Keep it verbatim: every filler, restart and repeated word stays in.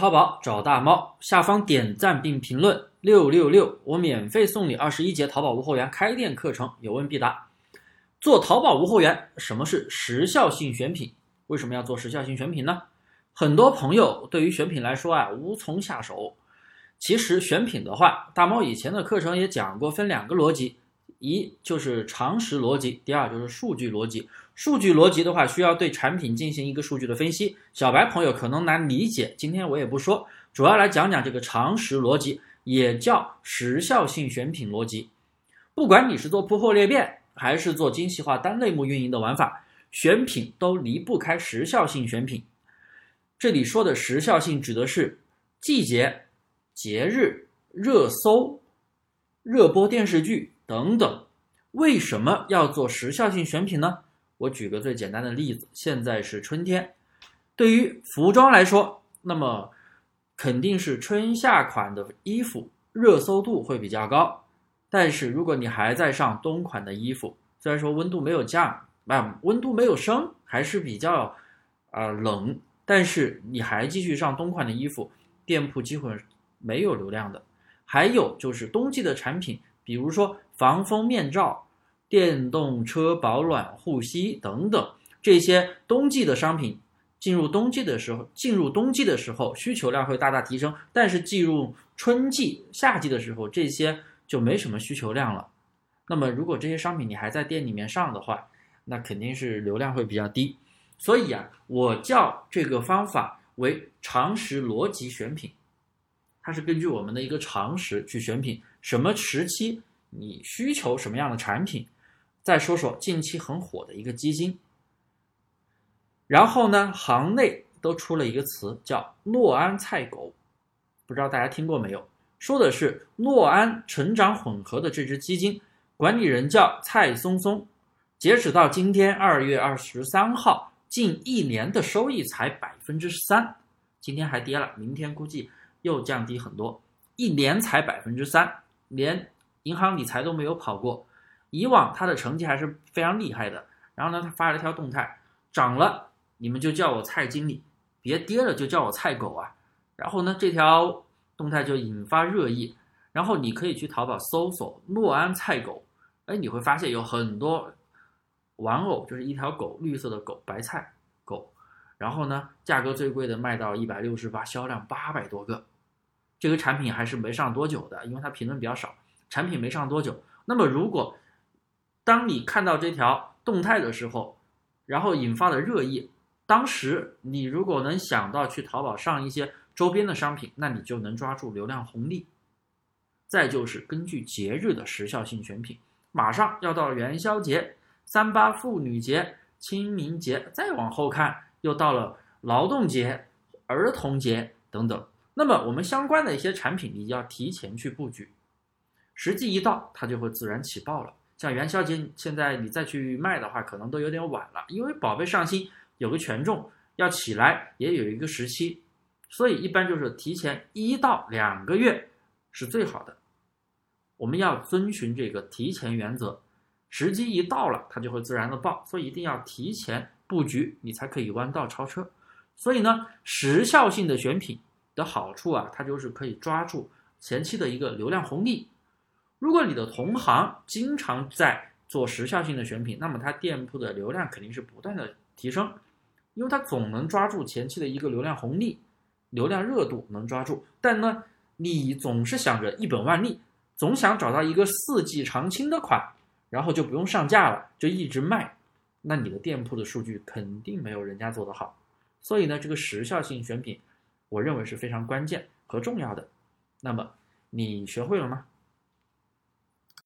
淘宝找大猫，下方点赞并评论六六六，我免费送你二十一节淘宝无货源开店课程，有问必答。做淘宝无货源，什么是时效性选品？为什么要做时效性选品呢？很多朋友对于选品来说啊，无从下手。其实选品的话，大猫以前的课程也讲过，分两个逻辑，一就是常识逻辑，第二就是数据逻辑。数据逻辑的话，需要对产品进行一个数据的分析，小白朋友可能难理解，今天我也不说，主要来讲讲这个常识逻辑，也叫时效性选品逻辑。不管你是做铺货裂变，还是做精细化单类目运营的玩法，选品都离不开时效性选品。这里说的时效性指的是季节、节日、热搜、热播电视剧等等。为什么要做时效性选品呢？我举个最简单的例子，现在是春天，对于服装来说，那么肯定是春夏款的衣服热搜度会比较高。但是如果你还在上冬款的衣服，虽然说温度没有降，啊，温度没有升，还是比较呃冷，但是你还继续上冬款的衣服，店铺几乎没有流量的。还有就是冬季的产品，比如说防风面罩、电动车保暖护膝等等，这些冬季的商品进入冬季的时候，进入冬季的时候需求量会大大提升，但是进入春季、夏季的时候，这些就没什么需求量了。那么如果这些商品你还在店里面上的话，那肯定是流量会比较低。所以啊，我叫这个方法为常识逻辑选品，它是根据我们的一个常识去选品，什么时期你需求什么样的产品。再说说近期很火的一个基金，然后呢，行内都出了一个词叫诺安菜狗，不知道大家听过没有？说的是诺安成长混合的这支基金，管理人叫蔡松松，截止到今天二月二十三号，近一年的收益才百分之三，今天还跌了，明天估计又降低很多，一年才百分之三，连银行理财都没有跑过。以往他的成绩还是非常厉害的，然后呢，他发了一条动态，涨了你们就叫我蔡经理，别跌了就叫我蔡狗啊。然后呢，这条动态就引发热议，然后你可以去淘宝搜索诺安菜狗，哎，你会发现有很多玩偶，就是一条狗，绿色的狗，白菜狗，然后呢，价格最贵的卖到一百六十八，销量八百多个。这个产品还是没上多久的，因为它评论比较少，产品没上多久。那么如果当你看到这条动态的时候，然后引发的热议，当时你如果能想到去淘宝上一些周边的商品，那你就能抓住流量红利。再就是根据节日的时效性选品，马上要到元宵节、三八妇女节、清明节，再往后看又到了劳动节、儿童节等等。那么我们相关的一些产品你要提前去布局，时机一到它就会自然起爆了。像元宵节现在你再去卖的话，可能都有点晚了，因为宝贝上新有个权重，要起来也有一个时期，所以一般就是提前一到两个月是最好的。我们要遵循这个提前原则，时机一到了它就会自然的爆，所以一定要提前布局，你才可以弯道超车。所以呢，时效性的选品的好处啊，它就是可以抓住前期的一个流量红利。如果你的同行经常在做时效性的选品，那么它店铺的流量肯定是不断的提升，因为它总能抓住前期的一个流量红利，流量热度能抓住。但呢，你总是想着一本万利，总想找到一个四季常青的款，然后就不用上架了，就一直卖，那你的店铺的数据肯定没有人家做得好。所以呢，这个时效性选品，我认为是非常关键和重要的。那么你学会了吗？